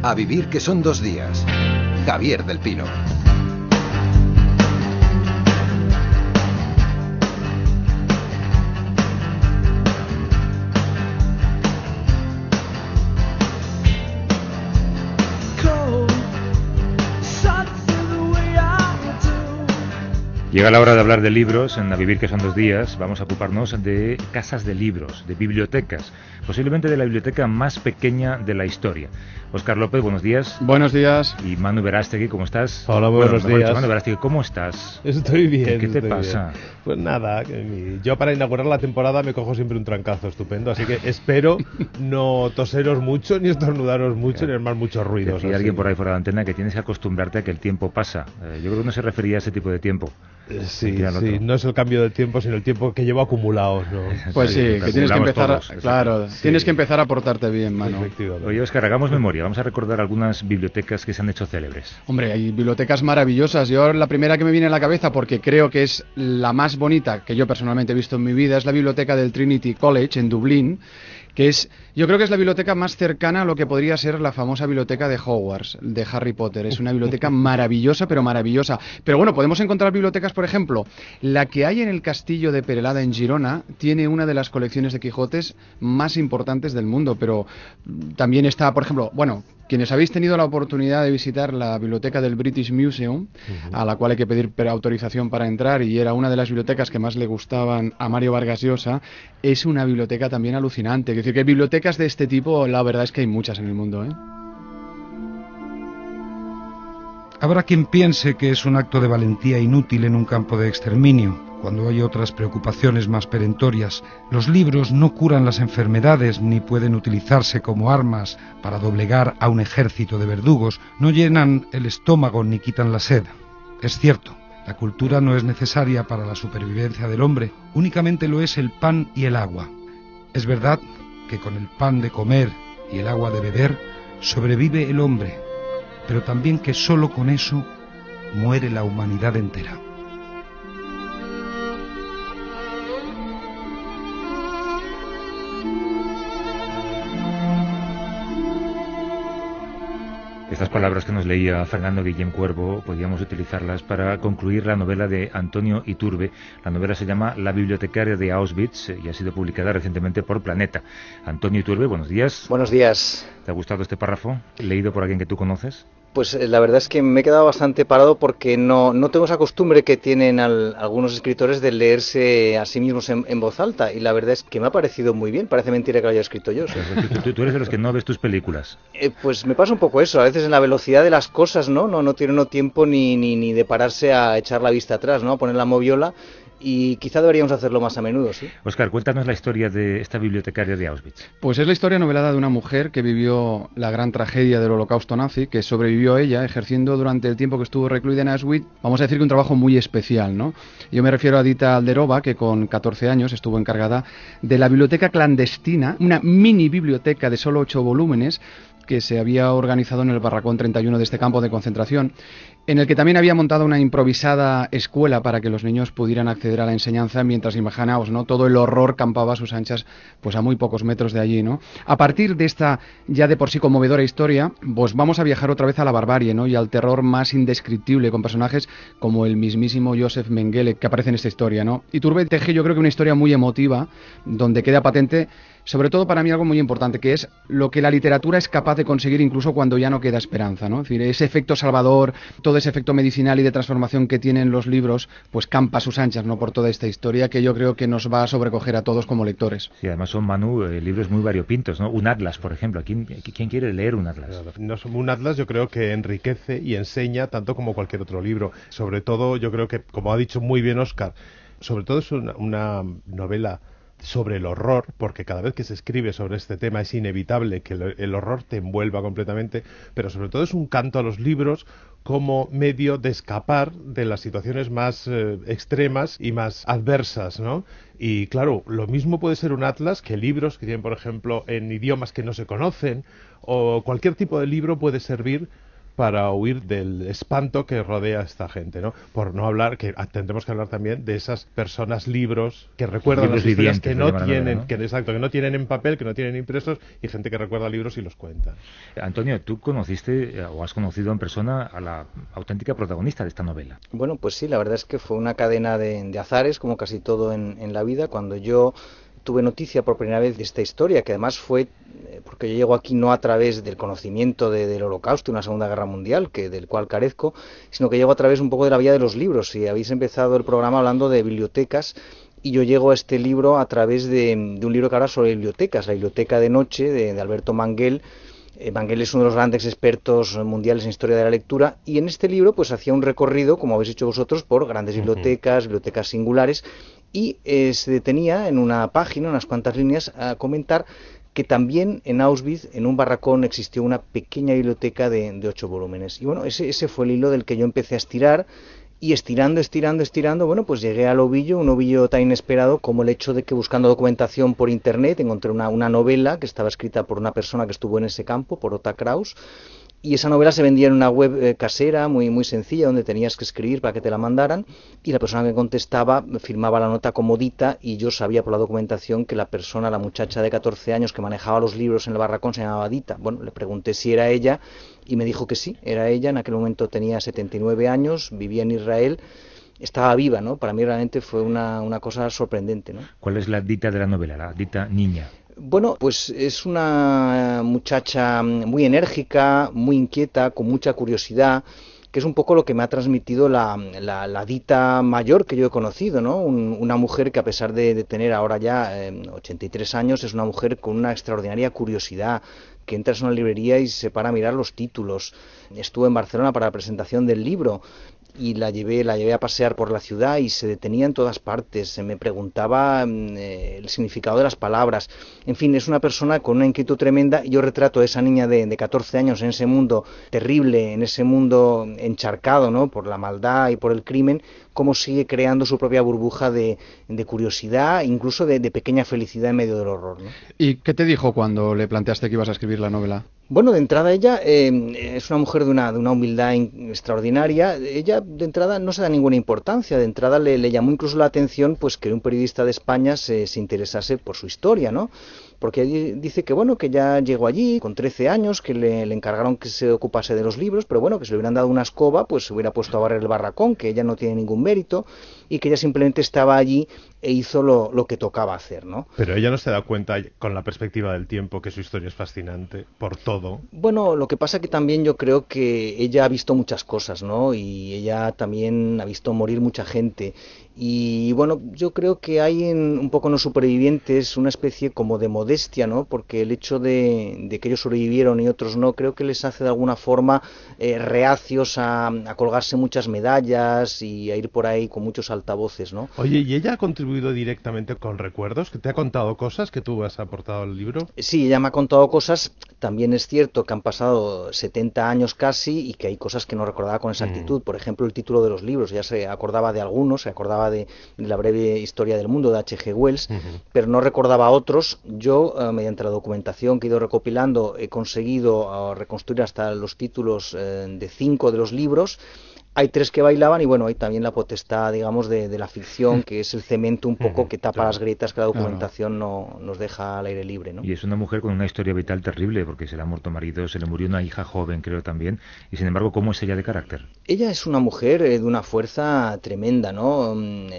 A vivir que son 2 días. Javier del Pino. Llega la hora de hablar de libros. En A Vivir que son 2 días vamos a ocuparnos de casas de libros, de bibliotecas, posiblemente de la biblioteca más pequeña de la historia. Óscar López, buenos días. Buenos días. Y Manu Verástegui, ¿cómo estás? Hola, buenos días. Manu Verástegui, ¿cómo estás? Estoy bien. ¿Qué te pasa? Bien. Pues nada, yo para inaugurar la temporada me cojo siempre un trancazo estupendo, así que espero no toseros mucho, ni estornudaros mucho, ni armar muchos ruidos. Hay alguien por ahí fuera de la antena que tienes que acostumbrarte a que el tiempo pasa. Yo creo que no se refería a ese tipo de tiempo. Sí, no es el cambio del tiempo, sino el tiempo que llevo acumulado, ¿no? Pues sí, que tienes que empezar, todos, claro, sí. Tienes que empezar a portarte bien, mano. Oye, Óscar, hagamos memoria, vamos a recordar algunas bibliotecas que se han hecho célebres. Hombre, hay bibliotecas maravillosas. Yo la primera que me viene a la cabeza, porque creo que es la más bonita que yo personalmente he visto en mi vida, es la biblioteca del Trinity College en Dublín, que yo creo que es la biblioteca más cercana a lo que podría ser la famosa biblioteca de Hogwarts, de Harry Potter. Es una biblioteca maravillosa, pero maravillosa. Pero bueno, podemos encontrar bibliotecas, por ejemplo, la que hay en el castillo de Perelada en Girona, tiene una de las colecciones de Quijotes más importantes del mundo, pero también está, por ejemplo, bueno, quienes habéis tenido la oportunidad de visitar la biblioteca del British Museum, a la cual hay que pedir autorización para entrar, y era una de las bibliotecas que más le gustaban a Mario Vargas Llosa, es una biblioteca también alucinante. Es decir, que bibliotecas de este tipo, la verdad es que hay muchas en el mundo, ¿eh? Habrá quien piense que es un acto de valentía inútil en un campo de exterminio, cuando hay otras preocupaciones más perentorias. Los libros no curan las enfermedades ni pueden utilizarse como armas para doblegar a un ejército de verdugos, no llenan el estómago ni quitan la sed. Es cierto, la cultura no es necesaria para la supervivencia del hombre, únicamente lo es el pan y el agua. Es verdad que con el pan de comer y el agua de beber sobrevive el hombre, pero también que solo con eso muere la humanidad entera. Estas palabras que nos leía Fernando Guillem Cuervo podíamos utilizarlas para concluir la novela de Antonio Iturbe. La novela se llama La bibliotecaria de Auschwitz y ha sido publicada recientemente por Planeta. Antonio Iturbe, buenos días. Buenos días. ¿Te ha gustado este párrafo? ¿Leído por alguien que tú conoces? Pues la verdad es que me he quedado bastante parado porque no tengo esa costumbre que tienen algunos escritores de leerse a sí mismos en voz alta, y la verdad es que me ha parecido muy bien. Parece mentira que lo haya escrito yo. ¿Sí? ¿Tú eres de los que no ves tus películas? Pues me pasa un poco eso. A veces en la velocidad de las cosas no tiene uno tiempo ni de pararse a echar la vista atrás, ¿no? A poner la moviola. Y quizá deberíamos hacerlo más a menudo, ¿sí? Óscar, cuéntanos la historia de esta bibliotecaria de Auschwitz. Pues es la historia novelada de una mujer que vivió la gran tragedia del holocausto nazi, que sobrevivió ella ejerciendo durante el tiempo que estuvo recluida en Auschwitz, vamos a decir que un trabajo muy especial, ¿no? Yo me refiero a Dita Alderova, que con 14 años estuvo encargada de la biblioteca clandestina, una mini biblioteca de solo 8 volúmenes, que se había organizado en el Barracón 31 de este campo de concentración, en el que también había montado una improvisada escuela para que los niños pudieran acceder a la enseñanza, mientras, imaginaos, ¿no?, todo el horror campaba a sus anchas, pues a muy pocos metros de allí, ¿no? A partir de esta ya de por sí conmovedora historia, pues vamos a viajar otra vez a la barbarie, ¿no?, y al terror más indescriptible, con personajes como el mismísimo Josef Mengele, que aparece en esta historia, ¿no? Iturbe teje, yo creo que una historia muy emotiva, donde queda patente, sobre todo para mí, algo muy importante, que es lo que la literatura es capaz de conseguir incluso cuando ya no queda esperanza, ¿no? Es decir, ese efecto salvador, todo ese efecto medicinal y de transformación que tienen los libros, pues campa a sus anchas, ¿no?, por toda esta historia que yo creo que nos va a sobrecoger a todos como lectores. Sí, además son, Manu, libros muy variopintos, ¿no? Un atlas, por ejemplo. ¿Quién quiere leer un atlas? No, un atlas yo creo que enriquece y enseña tanto como cualquier otro libro. Sobre todo, yo creo que, como ha dicho muy bien Óscar, sobre todo es una novela sobre el horror, porque cada vez que se escribe sobre este tema es inevitable que el horror te envuelva completamente, pero sobre todo es un canto a los libros como medio de escapar de las situaciones más extremas y más adversas, ¿no? Y claro, lo mismo puede ser un atlas que libros que tienen, por ejemplo, en idiomas que no se conocen, o cualquier tipo de libro puede servir para huir del espanto que rodea a esta gente, ¿no? Por no hablar, que tendremos que hablar también de esas personas libros que recuerdan libros las historias que no vivientes, tienen, ¿no? exacto, que no tienen en papel, que no tienen impresos, y gente que recuerda libros y los cuenta. Antonio, tú conociste o has conocido en persona a la auténtica protagonista de esta novela. Bueno, pues sí, la verdad es que fue una cadena de azares, como casi todo en la vida. Cuando yo tuve noticia por primera vez de esta historia, que además fue porque yo llego aquí no a través del conocimiento del Holocausto y una Segunda Guerra Mundial, del cual carezco, sino que llego a través un poco de la vida de los libros. Y habéis empezado el programa hablando de bibliotecas, y yo llego a este libro a través de un libro que habla sobre bibliotecas, la Biblioteca de Noche, de Alberto Manguel. Manguel es uno de los grandes expertos mundiales en historia de la lectura, y en este libro pues hacía un recorrido, como habéis hecho vosotros, por grandes bibliotecas, bibliotecas singulares, y se detenía en una página, unas cuantas líneas, a comentar que también en Auschwitz, en un barracón, existió una pequeña biblioteca de 8 volúmenes. Y bueno, ese fue el hilo del que yo empecé a estirar, y estirando, bueno, pues llegué al ovillo, un ovillo tan inesperado como el hecho de que, buscando documentación por internet, encontré una novela que estaba escrita por una persona que estuvo en ese campo, por Ota Kraus, y esa novela se vendía en una web casera, muy sencilla, donde tenías que escribir para que te la mandaran, y la persona que contestaba firmaba la nota como Dita, y yo sabía por la documentación que la muchacha de 14 años que manejaba los libros en el barracón, se llamaba Dita. Bueno, le pregunté si era ella, y me dijo que sí, era ella. En aquel momento tenía 79 años, vivía en Israel, estaba viva, ¿no? Para mí realmente fue una cosa sorprendente, ¿no? ¿Cuál es la Dita de la novela, la Dita niña? Bueno, pues es una muchacha muy enérgica, muy inquieta, con mucha curiosidad, que es un poco lo que me ha transmitido la Dita mayor que yo he conocido, ¿no? Una mujer que, a pesar de tener ahora ya 83 años, es una mujer con una extraordinaria curiosidad, que entras en una librería y se para a mirar los títulos. Estuve en Barcelona para la presentación del libro, y la llevé a pasear por la ciudad, y se detenía en todas partes, se me preguntaba el significado de las palabras. En fin, es una persona con una inquietud tremenda, y yo retrato a esa niña de 14 años en ese mundo terrible, en ese mundo encharcado, ¿no?, por la maldad y por el crimen, cómo sigue creando su propia burbuja de curiosidad, incluso de pequeña felicidad en medio del horror, ¿no? ¿Y qué te dijo cuando le planteaste que ibas a escribir la novela? Bueno, de entrada ella es una mujer de una humildad extraordinaria. Ella de entrada no se da ninguna importancia. De entrada le llamó incluso la atención, pues, que un periodista de España se interesase por su historia, ¿no? Porque dice que, bueno, que ya llegó allí con 13 años, que le encargaron que se ocupase de los libros, pero bueno, que si le hubieran dado una escoba, pues se hubiera puesto a barrer el barracón, que ella no tiene ningún mérito, y que ella simplemente estaba allí e hizo lo que tocaba hacer, ¿no? Pero ella no se da cuenta, con la perspectiva del tiempo, que su historia es fascinante por todo. Bueno, lo que pasa que también yo creo que ella ha visto muchas cosas, ¿no? Y ella también ha visto morir mucha gente. Y bueno, yo creo que hay un poco en los supervivientes una especie como de modestia, ¿no? Porque el hecho de que ellos sobrevivieron y otros no, creo que les hace de alguna forma reacios a colgarse muchas medallas y a ir por ahí con muchos altavoces, ¿no? Oye, ¿y ella ha contribuido directamente con recuerdos? ¿Que te ha contado cosas que tú has aportado al libro? Sí, ella me ha contado cosas. También es cierto que han pasado 70 años casi, y que hay cosas que no recordaba con exactitud. Por ejemplo, el título de los libros. Ella se acordaba de algunos, se acordaba de La breve historia del mundo, de H.G. Wells, pero no recordaba otros. Yo, mediante la documentación que he ido recopilando, he conseguido reconstruir hasta los títulos de 5 de los libros. Hay 3 que bailaban, y bueno, hay también la potestad, digamos, de la ficción, que es el cemento un poco que tapa las grietas que la documentación no nos deja al aire libre, ¿no? Y es una mujer con una historia vital terrible, porque se le ha muerto marido, se le murió una hija joven, creo, también, y sin embargo, ¿cómo es ella de carácter? Ella es una mujer de una fuerza tremenda, ¿no?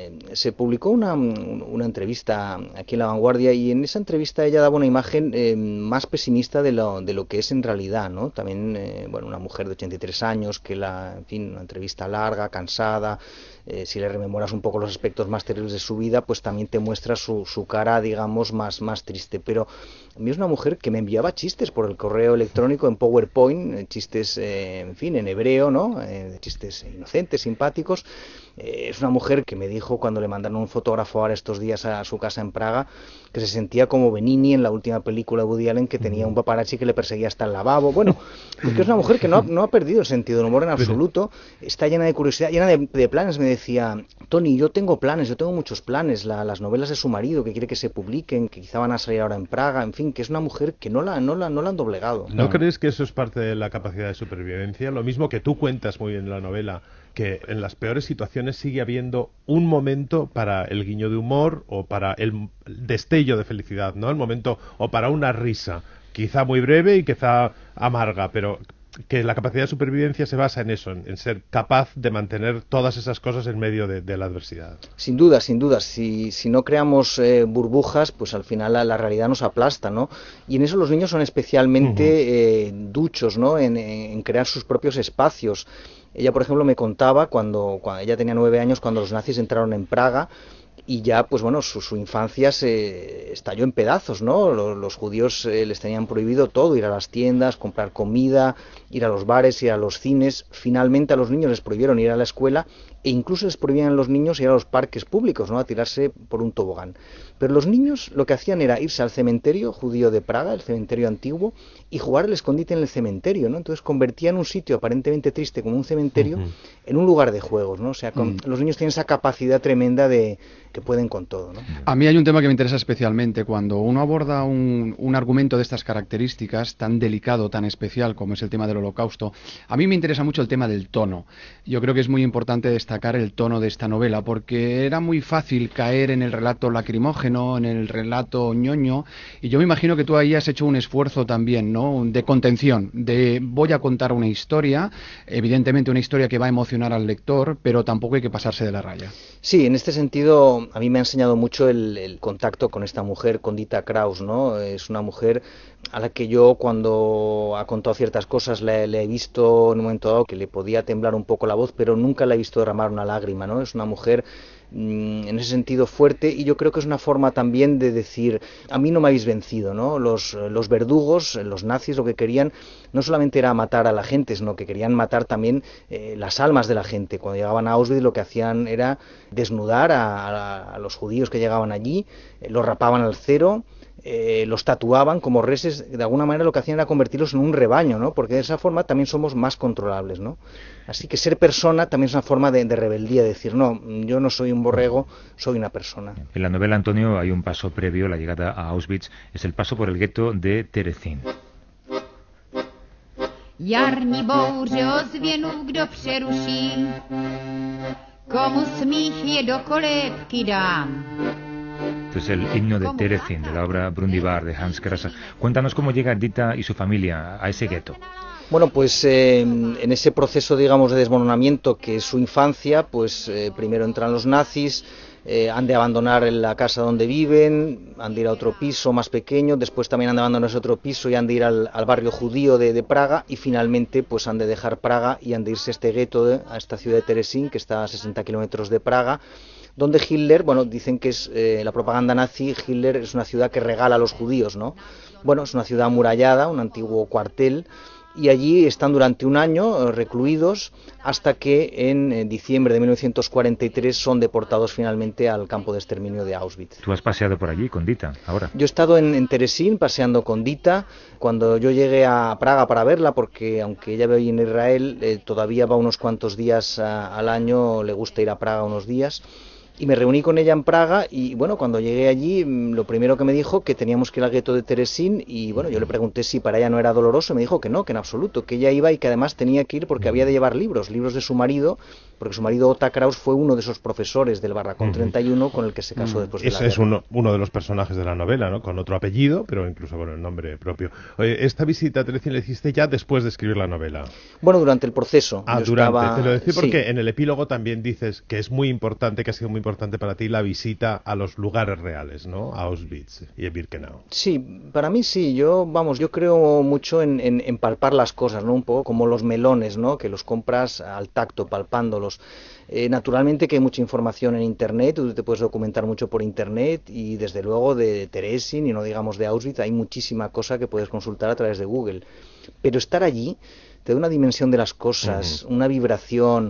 Se publicó una entrevista aquí en La Vanguardia, y en esa entrevista ella daba una imagen más pesimista de lo que es en realidad, ¿no? También, bueno, una mujer de 83 años, en fin, una entrevista larga, cansada. Si le rememoras un poco los aspectos más terribles de su vida, pues también te muestra su cara, digamos, más triste. Pero a mí es una mujer que me enviaba chistes por el correo electrónico en PowerPoint, chistes, en fin, en hebreo, ¿no? Chistes inocentes, simpáticos. Es una mujer que me dijo, cuando le mandaron un fotógrafo ahora estos días a su casa en Praga, que se sentía como Benigni en la última película de Woody Allen, que tenía un paparazzi que le perseguía hasta el lavabo. Bueno, es que es una mujer que no ha perdido el sentido del humor en absoluto. Está llena de curiosidad, llena de planes. Me decía, Tony, yo tengo planes, yo tengo muchos planes, las novelas de su marido que quiere que se publiquen, que quizá van a salir ahora en Praga, en fin, que es una mujer que no la han doblegado. ¿No crees que eso es parte de la capacidad de supervivencia? Lo mismo que tú cuentas muy bien en la novela, que en las peores situaciones sigue habiendo un momento para el guiño de humor o para el destello de felicidad, ¿no? El momento, o para una risa, quizá muy breve y quizá amarga, pero que la capacidad de supervivencia se basa en eso, en ser capaz de mantener todas esas cosas en medio de la adversidad. Sin duda, sin duda. Si no creamos burbujas, pues al final la realidad nos aplasta, ¿no? Y en eso los niños son especialmente duchos, ¿no? En crear sus propios espacios. Ella, por ejemplo, me contaba cuando ella tenía 9 años, cuando los nazis entraron en Praga, y ya, pues bueno, su infancia se estalló en pedazos, ¿no? Los judíos les tenían prohibido todo, ir a las tiendas, comprar comida, ir a los bares, ir a los cines. Finalmente a los niños les prohibieron ir a la escuela e incluso les prohibían a los niños ir a los parques públicos, ¿no? A tirarse por un tobogán. Pero los niños lo que hacían era irse al cementerio judío de Praga, el cementerio antiguo, y jugar al escondite en el cementerio, ¿no? Entonces convertían un sitio aparentemente triste como un cementerio en un lugar de juegos, ¿no? O sea, los niños tienen esa capacidad tremenda de que pueden con todo, ¿no? A mí hay un tema que me interesa especialmente. Cuando uno aborda un argumento de estas características, tan delicado, tan especial como es el tema del Holocausto, a mí me interesa mucho el tema del tono. Yo creo que es muy importante destacar el tono de esta novela, porque era muy fácil caer en el relato lacrimógeno, en el relato ñoño, y yo me imagino que tú ahí has hecho un esfuerzo también, ¿no?, de contención, de voy a contar una historia, evidentemente una historia que va a emocionar al lector, pero tampoco hay que pasarse de la raya. Sí, en este sentido a mí me ha enseñado mucho el contacto con esta mujer, con Dita Kraus, ¿no? Es una mujer a la que yo, cuando ha contado ciertas cosas, le he visto en un momento dado que le podía temblar un poco la voz, pero nunca la he visto derramar una lágrima, ¿no? Es una mujer en ese sentido fuerte, y yo creo que es una forma también de decir, a mí no me habéis vencido, ¿no? Los verdugos, los nazis, lo que querían no solamente era matar a la gente, sino que querían matar también las almas de la gente. Cuando llegaban a Auschwitz lo que hacían era desnudar a los judíos que llegaban allí, los rapaban al cero, los tatuaban como reses. De alguna manera lo que hacían era convertirlos en un rebaño, ¿no? Porque de esa forma también somos más controlables, ¿no? Así que ser persona también es una forma de rebeldía, de decir, no, yo no soy un borrego, soy una persona. En la novela, Antonio, hay un paso previo, la llegada a Auschwitz, es el paso por el gueto de Terezín. Jarní bouře ozvěnu, kdo přeruší, komu smích je do kolébky dám. Este es el himno de Terezín, de la obra Brundibar, de Hans Krasa. Cuéntanos cómo llega Dita y su familia a ese gueto. Bueno, pues en ese proceso, digamos, de desmoronamiento que es su infancia, pues primero entran los nazis, han de abandonar la casa donde viven, han de ir a otro piso más pequeño, después también han de abandonar ese otro piso y han de ir al barrio judío de Praga, y finalmente pues han de dejar Praga y han de irse a este gueto, a esta ciudad de Terezín, que está a 60 kilómetros de Praga, donde Hitler, bueno, dicen que es la propaganda nazi, Hitler es una ciudad que regala a los judíos, ¿no? Bueno, es una ciudad amurallada, un antiguo cuartel, y allí están durante un año recluidos hasta que en diciembre de 1943 son deportados finalmente al campo de exterminio de Auschwitz. ¿Tú has paseado por allí con Dita ahora? Yo he estado en Terezín paseando con Dita. Cuando yo llegué a Praga para verla, porque aunque ella vive en Israel, todavía va unos cuantos días al año, le gusta ir a Praga unos días. Y me reuní con ella en Praga, y bueno, cuando llegué allí, lo primero que me dijo que teníamos que ir al gueto de Terezín, y bueno, yo le pregunté si para ella no era doloroso, y me dijo que no, que en absoluto, que ella iba y que además tenía que ir porque había de llevar libros de su marido, porque su marido Otto Kraus fue uno de esos profesores del Barracón 31 con el que se casó después de la guerra. Ese es uno de los personajes de la novela, ¿no? Con otro apellido, pero incluso con el nombre propio. Oye, ¿esta visita a Terezín la hiciste ya después de escribir la novela? Bueno, durante el proceso. Te lo decía porque sí. En el epílogo también dices que es muy importante, que ha sido muy importante para ti la visita a los lugares reales, ¿no? A Auschwitz y a Birkenau. Sí, para mí sí. Yo creo mucho en palpar las cosas, ¿no? Un poco como los melones, ¿no? Que los compras al tacto, palpándolos. Naturalmente que hay mucha información en Internet, tú te puedes documentar mucho por Internet, y desde luego de Terezín, y no digamos de Auschwitz, hay muchísima cosa que puedes consultar a través de Google. Pero estar allí te da una dimensión de las cosas, una vibración.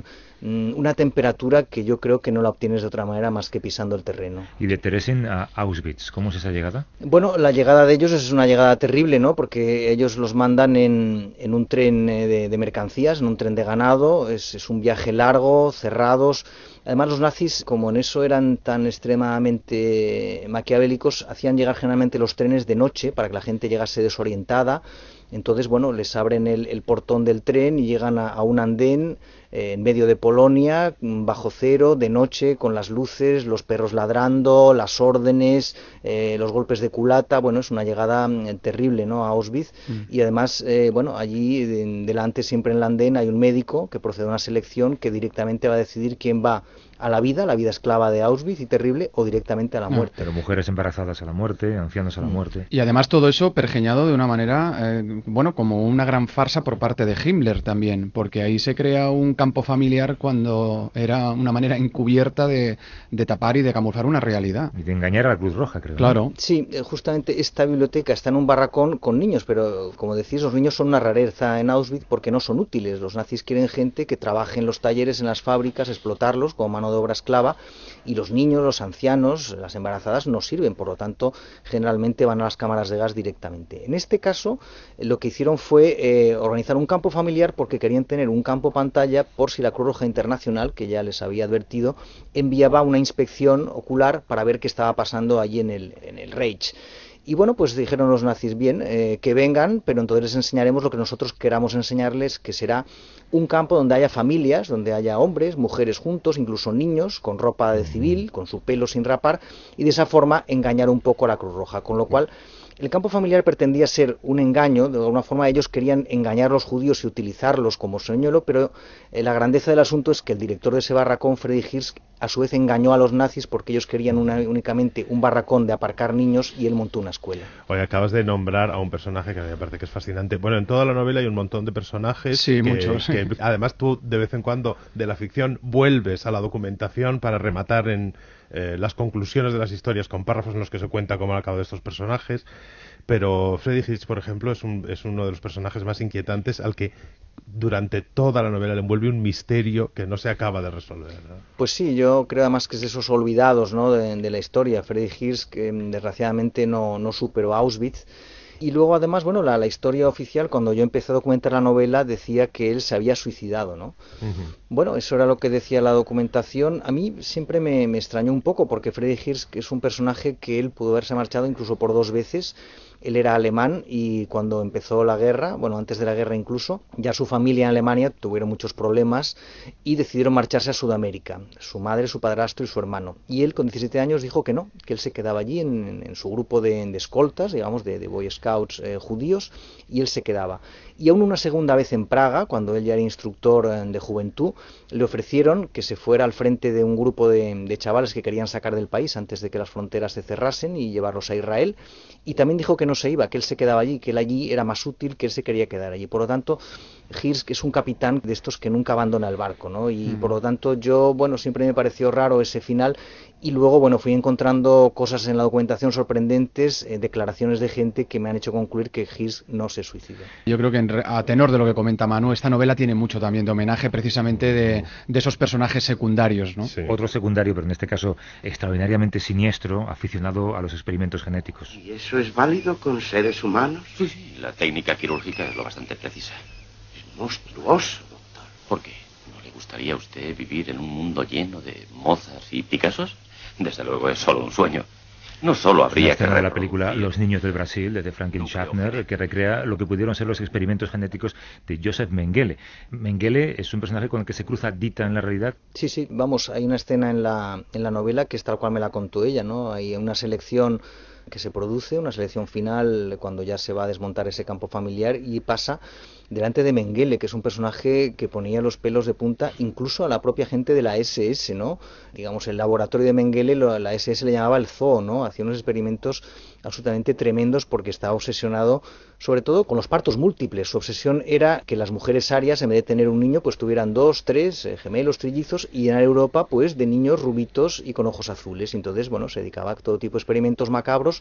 una temperatura que yo creo que no la obtienes de otra manera más que pisando el terreno. ¿Y de Terezin a Auschwitz, cómo es esa llegada? Bueno, la llegada de ellos es una llegada terrible, ¿no? Porque ellos los mandan en un tren de mercancías, en un tren de ganado, es un viaje largo, cerrados. Además, los nazis, como en eso eran tan extremadamente maquiavélicos, hacían llegar generalmente los trenes de noche para que la gente llegase desorientada. Entonces, bueno, les abren el portón del tren y llegan a un andén en medio de Polonia, bajo cero, de noche, con las luces, los perros ladrando, las órdenes, los golpes de culata. Bueno, es una llegada terrible, ¿no?, a Auschwitz. Y además, bueno, allí delante, siempre en el andén, hay un médico que procede a una selección que directamente va a decidir quién va a la vida esclava de Auschwitz y terrible, o directamente a la muerte. Pero mujeres embarazadas a la muerte, ancianos a la muerte. Y además todo eso pergeñado de una manera, bueno, como una gran farsa por parte de Himmler también, porque ahí se crea un campo familiar cuando era una manera encubierta de tapar y de camuflar una realidad. Y de engañar a la Cruz Roja, creo. Claro. ¿No? Sí, justamente esta biblioteca está en un barracón con niños, pero como decís, los niños son una rareza en Auschwitz porque no son útiles. Los nazis quieren gente que trabaje en los talleres, en las fábricas, explotarlos como mano de obra esclava, y los niños, los ancianos, las embarazadas no sirven, por lo tanto generalmente van a las cámaras de gas directamente. En este caso lo que hicieron fue organizar un campo familiar porque querían tener un campo pantalla por si la Cruz Roja Internacional, que ya les había advertido, enviaba una inspección ocular para ver qué estaba pasando allí en el Reich. Y bueno, pues dijeron los nazis, bien, que vengan, pero entonces les enseñaremos lo que nosotros queramos enseñarles, que será un campo donde haya familias, donde haya hombres, mujeres juntos, incluso niños, con ropa de civil, con su pelo sin rapar, y de esa forma engañar un poco a la Cruz Roja, con lo cual el campo familiar pretendía ser un engaño. De alguna forma ellos querían engañar a los judíos y utilizarlos como señuelo, pero la grandeza del asunto es que el director de ese barracón, Freddy Hirsch, a su vez engañó a los nazis porque ellos querían únicamente un barracón de aparcar niños y él montó una escuela. Oye, acabas de nombrar a un personaje que a mí me parece que es fascinante. Bueno, en toda la novela hay un montón de personajes. Sí, muchos. Que además tú de vez en cuando de la ficción vuelves a la documentación para rematar en las conclusiones de las historias con párrafos en los que se cuenta cómo han acabado estos personajes. Pero Freddy Hirsch, por ejemplo, es uno de los personajes más inquietantes al que durante toda la novela le envuelve un misterio que no se acaba de resolver, ¿no? Pues sí, yo creo además que es de esos olvidados, ¿no?, de la historia. Freddy Hirsch, que desgraciadamente no superó Auschwitz. Y luego, además, bueno, la historia oficial, cuando yo empecé a documentar la novela, decía que él se había suicidado, ¿no? Uh-huh. Bueno, eso era lo que decía la documentación. A mí siempre me extrañó un poco, porque Freddy Hirsch es un personaje que él pudo haberse marchado incluso por 2 veces. Él era alemán y cuando empezó la guerra, bueno, antes de la guerra incluso, ya su familia en Alemania tuvieron muchos problemas y decidieron marcharse a Sudamérica, su madre, su padrastro y su hermano. Y él con 17 años dijo que no, que él se quedaba allí en su grupo de escoltas, digamos, de Boy Scouts judíos, y él se quedaba. Y aún una segunda vez en Praga, cuando él ya era instructor de juventud, le ofrecieron que se fuera al frente de un grupo de chavales que querían sacar del país antes de que las fronteras se cerrasen y llevarlos a Israel, y también dijo que no se iba, que él se quedaba allí, que él allí era más útil, que él se quería quedar allí. Por lo tanto, Hirsch es un capitán de estos que nunca abandona el barco, ¿no? Y por lo tanto yo, bueno, siempre me pareció raro ese final, y luego, bueno, fui encontrando cosas en la documentación sorprendentes, declaraciones de gente que me han hecho concluir que Hirsch no se suicidó. Yo creo que a tenor de lo que comenta Manu, esta novela tiene mucho también de homenaje precisamente de esos personajes secundarios, ¿no? Sí. Otro secundario, pero en este caso extraordinariamente siniestro, aficionado a los experimentos genéticos. ¿Y eso es válido con seres humanos? Sí, la técnica quirúrgica es lo bastante precisa. Es monstruoso, doctor. ¿Por qué? ¿No le gustaría a usted vivir en un mundo lleno de Mozart y Picassos? Desde luego es solo un sueño. No solo habría que la película Los niños del Brasil, de Franklin Schaffner, que recrea lo que pudieron ser los experimentos genéticos de Joseph Mengele. Mengele es un personaje con el que se cruza Dita en la realidad. Sí, sí, vamos, hay una escena en la novela que es tal cual me la contó ella, ¿no? Hay una selección que se produce, una selección final cuando ya se va a desmontar ese campo familiar y pasa delante de Mengele, que es un personaje que ponía los pelos de punta incluso a la propia gente de la SS, ¿no? Digamos, el laboratorio de Mengele, la SS le llamaba el zoo, ¿no? Hacía unos experimentos absolutamente tremendos porque estaba obsesionado sobre todo con los partos múltiples. Su obsesión era que las mujeres arias, en vez de tener un niño, pues tuvieran 2, 3 gemelos, trillizos, y en Europa, pues de niños rubitos y con ojos azules. Entonces, bueno, se dedicaba a todo tipo de experimentos macabros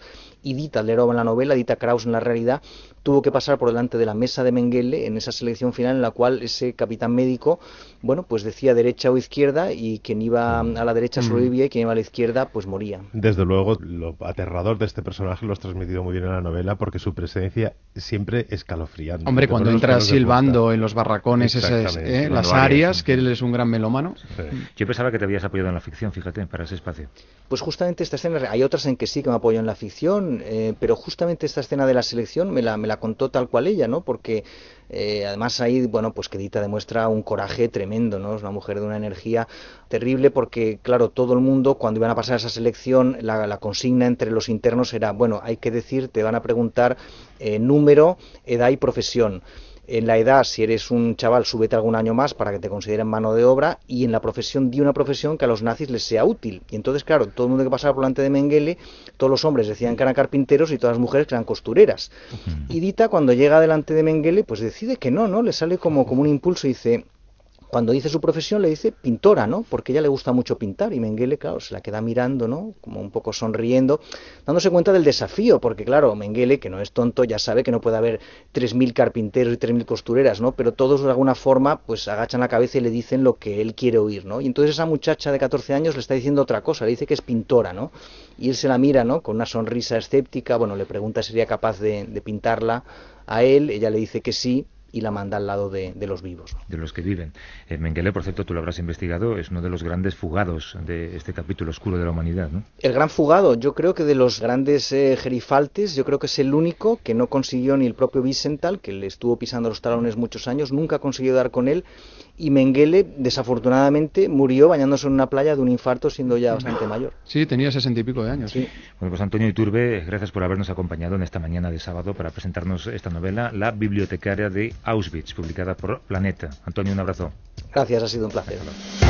internos, y Dita Alderova en la novela, Dita Kraus en la realidad, tuvo que pasar por delante de la mesa de Mengele en esa selección final en la cual ese capitán médico, bueno, pues decía derecha o izquierda, y quien iba a la derecha sobrevivía y quien iba a la izquierda pues moría. Desde luego, lo aterrador de este personaje lo has transmitido muy bien en la novela, porque su presencia siempre escalofriante. Hombre, cuando entra silbando en los barracones, las áreas, que él es un gran melómano. Sí. Yo pensaba que te habías apoyado en la ficción, fíjate, para ese espacio. Pues justamente esta escena, hay otras en que sí que me apoyo en la ficción, pero justamente esta escena de la selección me la contó tal cual ella, ¿no? Porque además ahí, bueno, pues que Dita demuestra un coraje tremendo, ¿no? Es una mujer de una energía terrible, porque claro, todo el mundo cuando iban a pasar esa selección, la consigna entre los internos era, bueno, hay que decir, te van a preguntar número, edad y profesión. En la edad, si eres un chaval, súbete algún año más para que te consideren mano de obra, y en la profesión, di una profesión que a los nazis les sea útil. Y entonces, claro, todo el mundo que pasaba por delante de Mengele, todos los hombres decían que eran carpinteros y todas las mujeres que eran costureras. Y Dita, cuando llega delante de Mengele, pues decide que no, le sale como un impulso y dice... Cuando dice su profesión le dice pintora, ¿no? Porque a ella le gusta mucho pintar, y Mengele, claro, se la queda mirando, ¿no? Como un poco sonriendo, dándose cuenta del desafío, porque claro, Mengele, que no es tonto, ya sabe que no puede haber 3.000 carpinteros y 3.000 costureras, ¿no? Pero todos de alguna forma pues agachan la cabeza y le dicen lo que él quiere oír, ¿no? Y entonces esa muchacha de 14 años le está diciendo otra cosa, le dice que es pintora, ¿no? Y él se la mira, ¿no? Con una sonrisa escéptica, bueno, le pregunta si sería capaz de pintarla a él, ella le dice que sí, y la manda al lado de los vivos, ¿no? De los que viven. Mengele, por cierto, tú lo habrás investigado, es uno de los grandes fugados de este capítulo oscuro de la humanidad, ¿no? El gran fugado, yo creo que de los grandes gerifaltes, yo creo que es el único que no consiguió, ni el propio Wiesenthal, que le estuvo pisando los talones muchos años, nunca consiguió dar con él, y Mengele, desafortunadamente, murió bañándose en una playa de un infarto, siendo ya bastante mayor. Sí, tenía 60 y pico de años. Sí. Bueno, pues Antonio Iturbe, gracias por habernos acompañado en esta mañana de sábado para presentarnos esta novela, La bibliotecaria de Auschwitz, publicada por Planeta. Antonio, un abrazo. Gracias, ha sido un placer.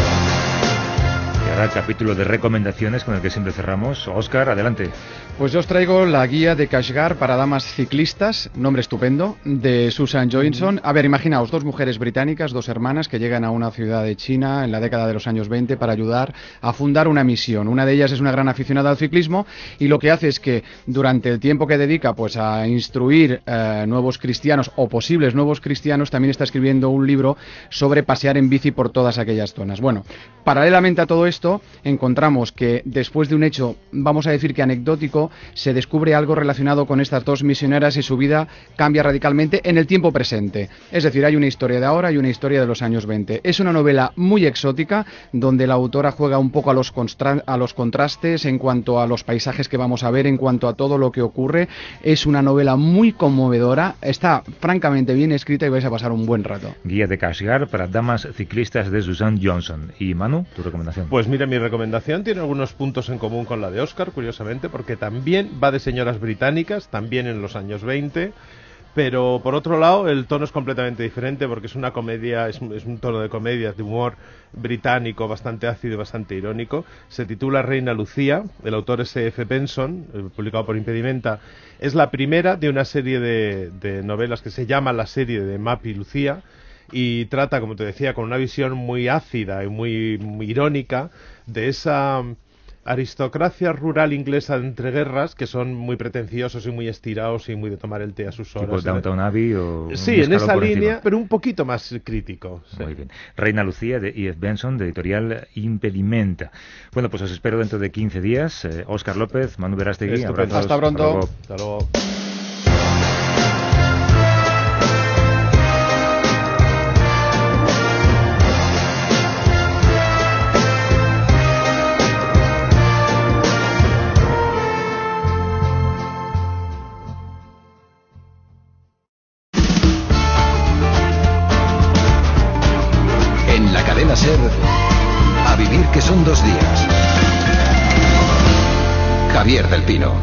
Y ahora el capítulo de recomendaciones con el que siempre cerramos. Óscar, adelante. Pues yo os traigo la guía de Kashgar para damas ciclistas, nombre estupendo, de Susan Johnson. A ver, imaginaos, dos mujeres británicas, dos hermanas que llegan a una ciudad de China en la década de los años 20 para ayudar a fundar una misión. Una de ellas es una gran aficionada al ciclismo y lo que hace es que durante el tiempo que dedica pues a instruir nuevos cristianos o posibles nuevos cristianos, también está escribiendo un libro sobre pasear en bici por todas aquellas zonas. Bueno, paralelamente a todo esto, encontramos que después de un hecho, vamos a decir que anecdótico, se descubre algo relacionado con estas dos misioneras y su vida cambia radicalmente en el tiempo presente. Es decir, hay una historia de ahora y una historia de los años 20. Es una novela muy exótica, donde la autora juega un poco a los contrastes en cuanto a los paisajes que vamos a ver, en cuanto a todo lo que ocurre. Es una novela muy conmovedora, está francamente bien escrita y vais a pasar un buen rato. Guía de Kashgar para damas ciclistas de Susan Johnson. Y Manu, tu recomendación. Pues mira, mi recomendación tiene algunos puntos en común con la de Óscar, curiosamente, porque también va de señoras británicas, también en los años 20, pero por otro lado el tono es completamente diferente, porque es una comedia, es un tono de comedia, de humor británico bastante ácido y bastante irónico. Se titula Reina Lucía, el autor es F. Benson, publicado por Impedimenta. Es la primera de una serie de novelas que se llama la serie de Mappy Lucía, y trata, como te decía, con una visión muy ácida y muy irónica de esa aristocracia rural inglesa de entreguerras, que son muy pretenciosos y muy estirados y muy de tomar el té a sus horas. ¿Tipo Downton Abbey o...? Sí, en esa línea, pero un poquito más crítico. Sí. Muy bien. Reina Lucía, de E.F. Benson, de editorial Impedimenta. Bueno, pues os espero dentro de 15 días. Óscar López, Manu Verástegui. Hasta pronto. Hasta luego. SER, A vivir que son 2 días. Javier del Pino.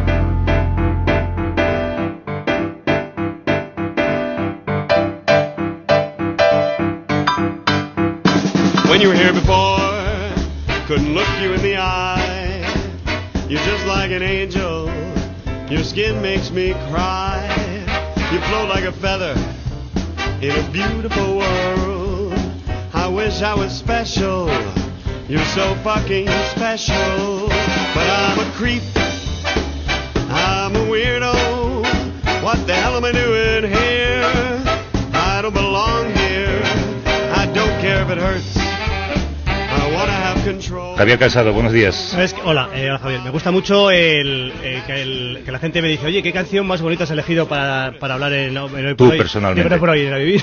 When you were here before, couldn't look you in the eye. You're just like an angel, your skin makes me cry. You float like a feather in a beautiful world. I wish I was special, you're so fucking special. But I'm a creep, weirdo. What the hell am I doing here? I don't belong here. I don't care if it hurts. I wanna have control. Javier Cansado, buenos días. Hola, Javier. Me gusta mucho que la gente me dice, oye, ¿qué canción más bonita has elegido para hablar en Hoy Tú por Hoy? personalmente. Por hoy, en A Vivir.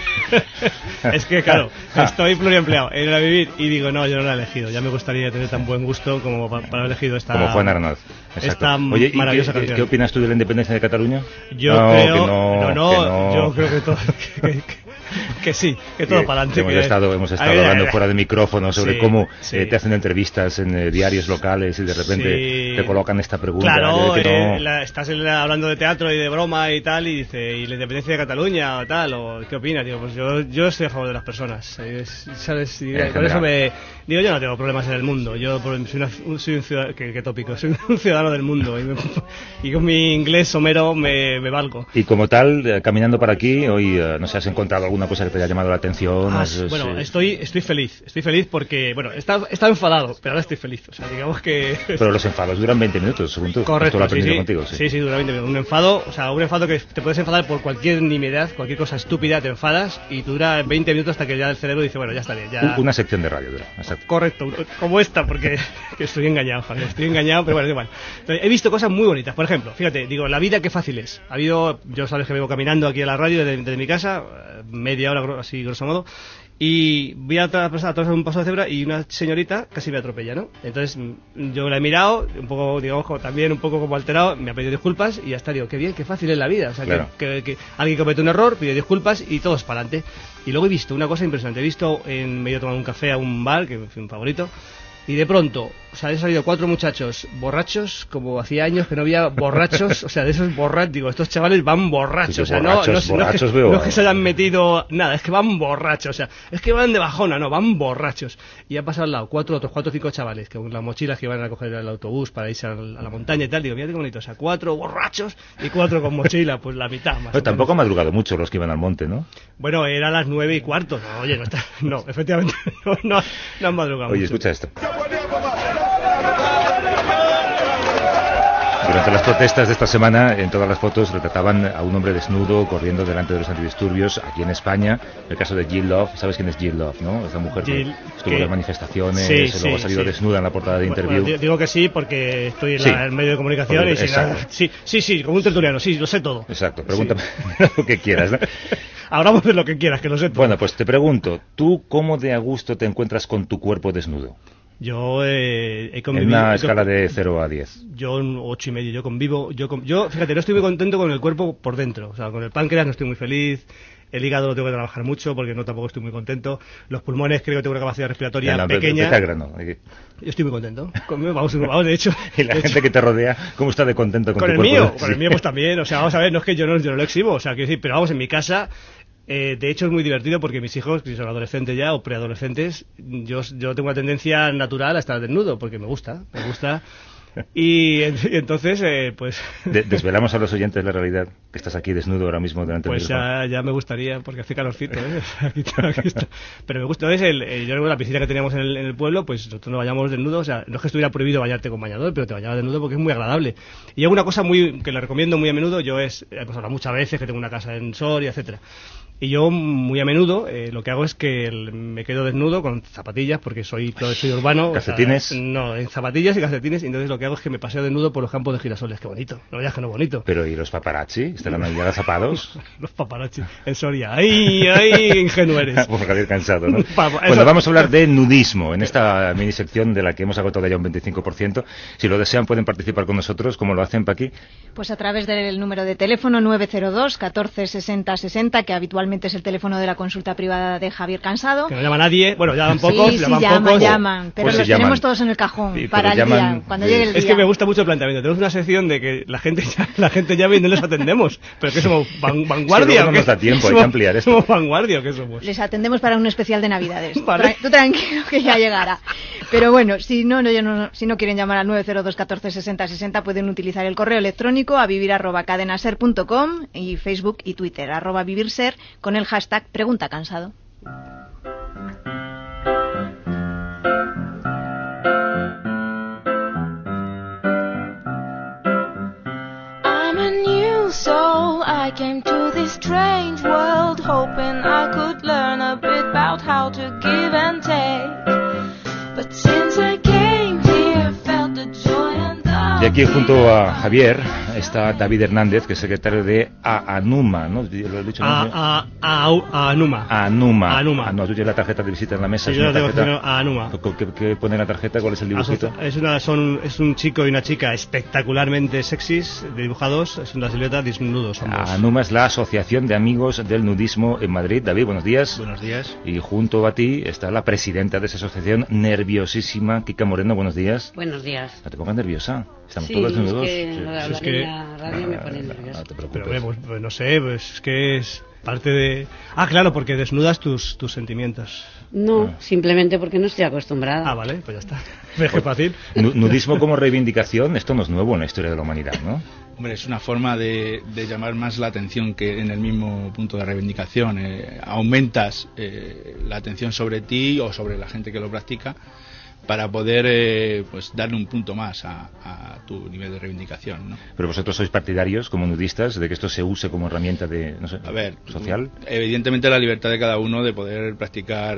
Es que, claro, estoy pluriempleado en A Vivir y digo, no, yo no la he elegido. Ya me gustaría tener tan buen gusto como para haber elegido esta... Como Juan Arnaz. Esta Oye, maravillosa canción. ¿Qué opinas tú de la independencia de Cataluña? Yo creo que todo... que sí, que todo para adelante. Hemos estado hablando fuera de micrófono sobre cómo te hacen entrevistas en diarios locales y de repente te colocan esta pregunta. Claro, estás hablando de teatro y de broma y tal, y dice, ¿y la independencia de Cataluña o tal? O ¿qué opinas? Digo, pues yo estoy a favor de las personas, ¿sabes? Y por eso digo, yo no tengo problemas en el mundo, yo soy un ciudadano, ¿qué tópico? Soy un ciudadano del mundo y con mi inglés somero me valgo. Y como tal, caminando para aquí, hoy no sé, ¿has encontrado alguna cosa que te haya llamado la atención? Bueno, estoy feliz porque, bueno, he estado enfadado, pero ahora estoy feliz, o sea, digamos que... Pero los enfados duran 20 minutos, según tú. Correcto, Esto lo he aprendido contigo, sí, dura 20 minutos. Un enfado que te puedes enfadar por cualquier nimiedad, cualquier cosa estúpida, te enfadas y dura 20 minutos hasta que ya el cerebro dice, bueno, ya está bien, ya... Una sección de radio dura, exacto. Correcto, como esta, porque que estoy engañado, Javier, pero bueno, es igual. Entonces, he visto cosas muy bonitas, por ejemplo, fíjate, digo, la vida qué fácil es. Yo sabes que vengo caminando aquí a la radio desde mi casa, media hora así grosso modo, y voy a atravesar un paso de cebra y una señorita casi me atropella, ¿no? Entonces yo la he mirado, un poco, digamos, también un poco como alterado, me ha pedido disculpas y ya está, digo, qué bien, qué fácil es la vida, o sea, claro. que alguien comete un error, pide disculpas y todos para adelante. Y luego he visto una cosa impresionante, me he ido a tomar un café a un bar, que fue un favorito, y de pronto, o sea, han salido 4 muchachos borrachos, como hacía años que no había borrachos, o sea, de esos borrachos, digo, estos chavales van borrachos, sí, o sea, no es que se hayan metido nada, es que van borrachos, o sea, es que van de bajona, no, van borrachos. Y han pasado al lado 4 o 5 chavales, que con las mochilas que iban a coger el autobús para irse a la montaña y tal, digo, mira qué bonito, o sea, 4 borrachos y 4 con mochila, pues la mitad más. Pero tampoco han madrugado mucho los que iban al monte, ¿no? Bueno, era las 9:15, no, oye, no, efectivamente, no han madrugado Oye, mucho. Escucha esto. Durante las protestas de esta semana, en todas las fotos retrataban a un hombre desnudo corriendo delante de los antidisturbios aquí en España. El caso de Jill Love, ¿sabes quién es Jill Love, no? Esa mujer que estuvo en las manifestaciones, luego ha salido desnuda en la portada de Interview. Bueno, digo que sí porque estoy en el medio de comunicación y sí, como un tertuliano, sí, lo sé todo. Exacto, pregúntame lo que quieras, ¿no? Hablamos de lo que quieras, que lo sé todo. Bueno, pues te pregunto, ¿tú cómo de a gusto te encuentras con tu cuerpo desnudo? Yo he convivido... En una escala de 0 a 10. Yo un 8,5. Yo convivo... Yo, fíjate, no estoy muy contento con el cuerpo por dentro. O sea, con el páncreas no estoy muy feliz. El hígado lo tengo que trabajar mucho porque tampoco estoy muy contento. Los pulmones creo que tengo una capacidad respiratoria pequeña. Yo estoy muy contento. Vamos, de hecho... Y la gente que te rodea, ¿cómo está de contento con tu cuerpo? Con el mío pues también. O sea, vamos a ver, no es que yo no lo exhibo. O sea, quiero decir, pero vamos, en mi casa... de hecho es muy divertido porque mis hijos, que son adolescentes ya o preadolescentes, yo tengo una tendencia natural a estar desnudo porque me gusta y entonces pues... Desvelamos a los oyentes la realidad, que estás aquí desnudo ahora mismo delante del micrófono. Pues ya me gustaría, porque hace calorcito, aquí está. Pero me gusta, yo recuerdo la piscina que teníamos en el pueblo, pues nosotros nos bañamos desnudos, o sea, no es que estuviera prohibido bañarte con bañador, pero te bañabas desnudo porque es muy agradable. Y hay una cosa que le recomiendo muy a menudo, hemos hablado muchas veces que tengo una casa en Soria, etcétera. Y yo muy a menudo lo que hago es que me quedo desnudo con zapatillas porque soy urbano. ¿Calcetines? O sea, no, en zapatillas y calcetines. Y entonces lo que hago es que me paseo desnudo por los campos de girasoles. Qué bonito. No veas que no bonito. Pero ¿y los paparazzi? ¿Estarán ahí agazapados? Los paparazzi en Soria. ¡Ay, ingenuo eres! Por Javier Cansado, ¿no? Bueno, vamos a hablar de nudismo en esta minisección de la que hemos agotado ya un 25%. Si lo desean pueden participar con nosotros. ¿Cómo lo hacen, Paqui? Pues a través del número de teléfono 902 14 60 60, que habitualmente es el teléfono de la consulta privada de Javier Cansado. Que no llama nadie, bueno, llaman pocos, llaman, pero los tenemos todos en el cajón para el día, cuando llegue el día. Es que me gusta mucho el planteamiento, tenemos una sección de que la gente llame y no les atendemos, pero que somos vanguardia. No nos da tiempo, hay que ampliar esto. ¿Somos vanguardia o qué somos? Les atendemos para un especial de Navidades. Vale. Tú tranquilo que ya llegará. Pero bueno, si no quieren llamar al 902 14 60 60, pueden utilizar el correo electrónico a vivir@cadenaser.com y Facebook y Twitter @vivirser con el hashtag Pregunta Cansado. how to give and take. But since I came here, felt the joy and the... Y aquí junto a Javier está David Hernández, que es secretario de AANUMA, ¿no? ¿Lo has dicho? AANUMA. AANUMA. No, tú tienes la tarjeta de visita en la mesa. Sí, yo la tengo AANUMA. ¿Qué pone en la tarjeta? ¿Cuál es el dibujito? Es un chico y una chica espectacularmente sexys, dibujados, es una silueta desnudos ambos. AANUMA es la Asociación de Amigos del Nudismo en Madrid. David, buenos días. Buenos días. Y junto a ti está la presidenta de esa asociación, nerviosísima, Kika Moreno, buenos días. Buenos días. No te pongas nerviosa. Estamos sí, todos desnudos. Es que la radio me pone nervioso. No te preocupes. Pero pues no sé, pues es que es parte de... Ah, claro, porque desnudas tus sentimientos. No, simplemente porque no estoy acostumbrada. Ah, vale, pues ya está. ¿Ves qué fácil? Nudismo como reivindicación, esto no es nuevo en la historia de la humanidad, ¿no? Hombre, es una forma de llamar más la atención que en el mismo punto de reivindicación. Aumentas la atención sobre ti o sobre la gente que lo practica para poder pues darle un punto más a tu nivel de reivindicación, ¿no? Pero vosotros sois partidarios, como nudistas, de que esto se use como herramienta de, no sé, social. Evidentemente la libertad de cada uno de poder practicar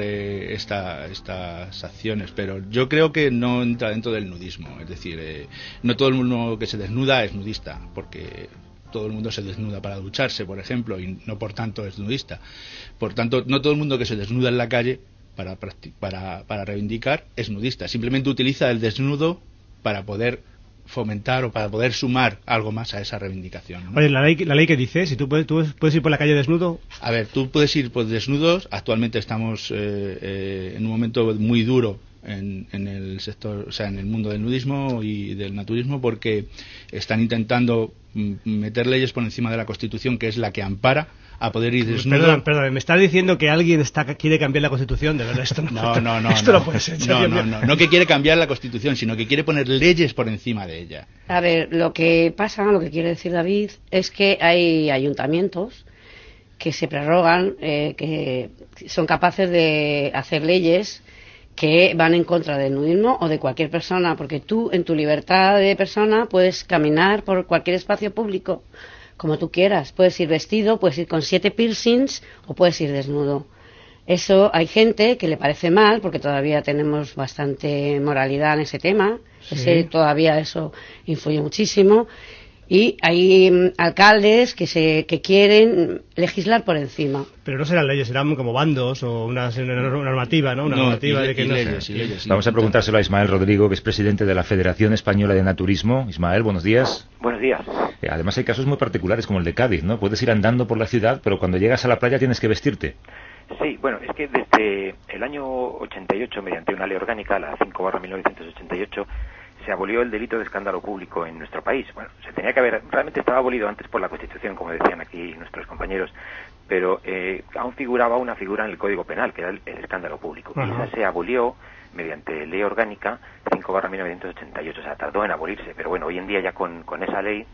estas acciones, pero yo creo que no entra dentro del nudismo. Es decir, no todo el mundo que se desnuda es nudista, porque todo el mundo se desnuda para ducharse, por ejemplo, y no por tanto es nudista. Por tanto, no todo el mundo que se desnuda en la calle para reivindicar es nudista, simplemente utiliza el desnudo para poder fomentar o para poder sumar algo más a esa reivindicación, ¿no? Oye, la ley que dice, si tú puedes ir por la calle desnudo. A ver, tú puedes ir pues desnudos. Actualmente estamos en un momento muy duro en el sector, o sea, en el mundo del nudismo y del naturismo, porque están intentando meter leyes por encima de la Constitución, que es la que ampara a poder ir desnudo. Perdón, me estás diciendo que alguien quiere cambiar la Constitución, de verdad, esto no puede ser. No que quiere cambiar la Constitución, sino que quiere poner leyes por encima de ella. A ver, lo que quiere decir David, es que hay ayuntamientos que se prorrogan, que son capaces de hacer leyes que van en contra del nudismo o de cualquier persona, porque tú, en tu libertad de persona, puedes caminar por cualquier espacio público como tú quieras. Puedes ir vestido, puedes ir con 7 piercings o puedes ir desnudo. Eso hay gente que le parece mal, porque todavía tenemos bastante moralidad en ese tema. Sí. Todavía eso influye muchísimo. Y hay alcaldes que quieren legislar por encima. Pero no serán leyes, serán como bandos o una normativa, ¿no? Una normativa de que leyes. Vamos a preguntárselo a Ismael Rodrigo, que es presidente de la Federación Española de Naturismo. Ismael, buenos días. Buenos días. Además hay casos muy particulares como el de Cádiz, ¿no? Puedes ir andando por la ciudad, pero cuando llegas a la playa tienes que vestirte. Sí, bueno, es que desde el año 88, mediante una ley orgánica, la 5/1988, se abolió el delito de escándalo público en nuestro país. Bueno, se tenía que realmente estaba abolido antes por la Constitución, como decían aquí nuestros compañeros, pero aún figuraba una figura en el Código Penal, que era el escándalo público. Y esa se abolió mediante ley orgánica 5/1988, o sea, tardó en abolirse, pero bueno, hoy en día ya con esa ley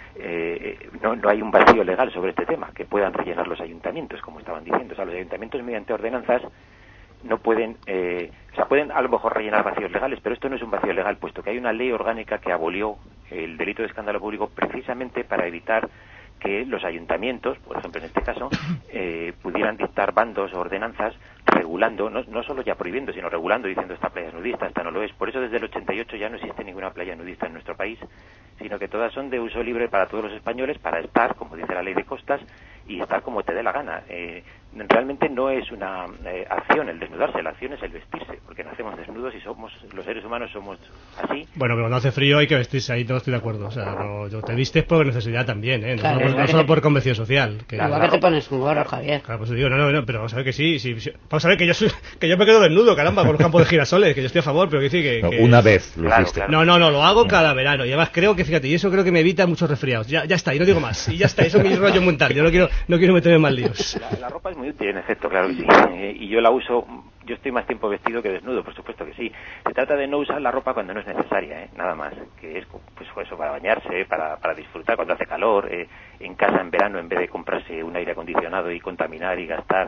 no hay un vacío legal sobre este tema, que puedan rellenar los ayuntamientos, como estaban diciendo. O sea, los ayuntamientos mediante ordenanzas no pueden, pueden a lo mejor rellenar vacíos legales, pero esto no es un vacío legal, puesto que hay una ley orgánica que abolió el delito de escándalo público precisamente para evitar que los ayuntamientos, por ejemplo en este caso, pudieran dictar bandos o ordenanzas regulando, no solo ya prohibiendo, sino regulando, diciendo esta playa es nudista, esta no lo es. Por eso desde el 88 ya no existe ninguna playa nudista en nuestro país, sino que todas son de uso libre para todos los españoles, para estar, como dice la ley de costas, y estar como te dé la gana. Realmente no es una acción el desnudarse, la acción es el vestirse, porque nacemos desnudos y los seres humanos somos así. Bueno, pero cuando hace frío hay que vestirse, ahí no estoy de acuerdo. O sea, te vistes por necesidad también, ¿eh? No solo por convención social. Igual que te pones un gorro, Javier. Claro, pues digo, no, pero vamos a ver que sí. Vamos a ver que yo me quedo desnudo, caramba, por los campos de girasoles, que yo estoy a favor, pero que sí que... Una vez lo hiciste. No, lo hago cada verano, y además creo que, fíjate, y eso creo que me evita muchos resfriados. Ya está, y no digo más, y ya está, eso es mi rollo mental, yo no quiero meterme en más líos. La ropa es muy útil, en efecto, claro que sí, y yo la uso, yo estoy más tiempo vestido que desnudo, por supuesto que sí. Se trata de no usar la ropa cuando no es necesaria, nada más, que es pues eso, para bañarse, para disfrutar cuando hace calor, en casa en verano, en vez de comprarse un aire acondicionado y contaminar y gastar,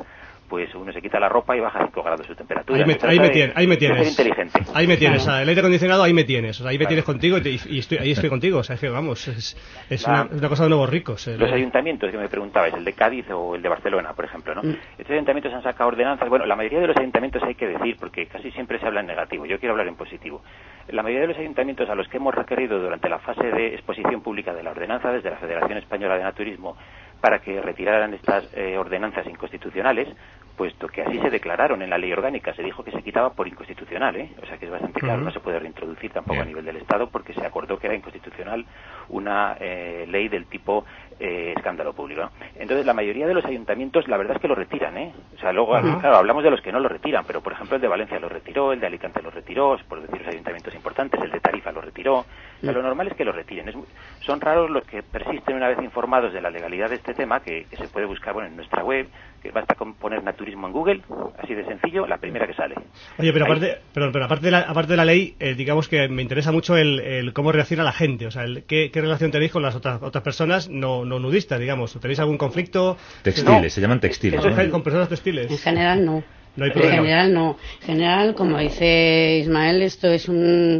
pues uno se quita la ropa y baja 5 grados su temperatura. Ahí me tienes. Inteligente. Ahí me tienes. El aire acondicionado, ahí me tienes. O sea, ahí me tienes contigo y estoy contigo. O sea, es que vamos, es una cosa de nuevos ricos. Los ayuntamientos que me preguntabais, el de Cádiz o el de Barcelona, por ejemplo, ¿no? Estos ayuntamientos han sacado ordenanzas. Bueno, la mayoría de los ayuntamientos hay que decir, porque casi siempre se habla en negativo. Yo quiero hablar en positivo. La mayoría de los ayuntamientos a los que hemos requerido durante la fase de exposición pública de la ordenanza desde la Federación Española de Naturismo para que retiraran estas ordenanzas inconstitucionales, puesto que así se declararon en la ley orgánica, se dijo que se quitaba por inconstitucional, o sea que es bastante claro, no se puede reintroducir tampoco a nivel del Estado porque se acordó que era inconstitucional una ley del tipo escándalo público, ¿no? Entonces la mayoría de los ayuntamientos la verdad es que lo retiran, o sea, luego claro, hablamos de los que no lo retiran, pero por ejemplo el de Valencia lo retiró, el de Alicante lo retiró, por decir los ayuntamientos importantes, el de Tarifa lo retiró, o sea, lo normal es que lo retiren. Son raros los que persisten una vez informados de la legalidad de este tema, que se puede buscar en nuestra web, que basta con poner naturismo en Google, así de sencillo, la primera que sale. Oye, pero aparte de la ley, digamos que me interesa mucho el cómo reacciona la gente, o sea, qué relación tenéis con las otras personas no nudistas, digamos. ¿Tenéis algún conflicto? Textiles, se llaman textiles, ¿no? Con personas textiles. En general no. No hay problema. En general no. En general, como dice Ismael, esto es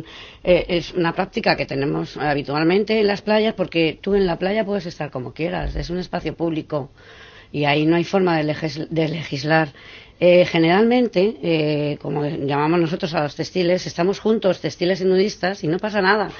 una práctica que tenemos habitualmente en las playas, porque tú en la playa puedes estar como quieras, es un espacio público y ahí no hay forma de legislar. Generalmente, como llamamos nosotros a los textiles, estamos juntos, textiles y nudistas, y no pasa nada.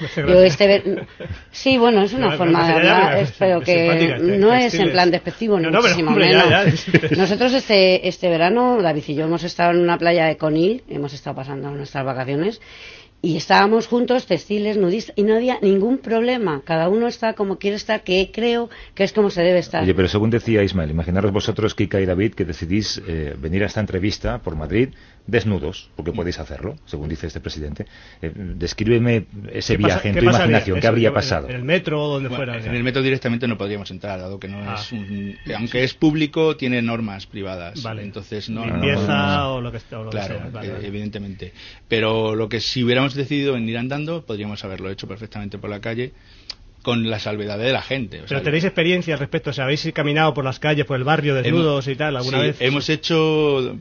Sí, bueno, es una forma de hablar, pero que no es en plan despectivo, ni muchísimo menos. Nosotros este verano, David y yo hemos estado en una playa de Conil, hemos estado pasando nuestras vacaciones, y estábamos juntos, textiles, nudistas, y no había ningún problema. Cada uno está como quiere estar, que creo que es como se debe estar. Oye, pero según decía Ismael, imaginaros vosotros, Kika y David, que decidís venir a esta entrevista por Madrid desnudos, porque podéis hacerlo, según dice este presidente. Descríbeme ese viaje en tu imaginación, ¿qué habría pasado? En el metro o donde fuera. En el metro directamente no podríamos entrar, dado que no es aunque es público, tiene normas privadas. Vale. Entonces limpieza o lo que sea. Vale. Evidentemente. Pero lo que si hubiéramos decidido venir andando, podríamos haberlo hecho perfectamente por la calle, con la salvedad de la gente. Pero tenéis experiencia al respecto, o sea, habéis caminado por las calles, por el barrio desnudos y tal, alguna vez. Hemos hecho,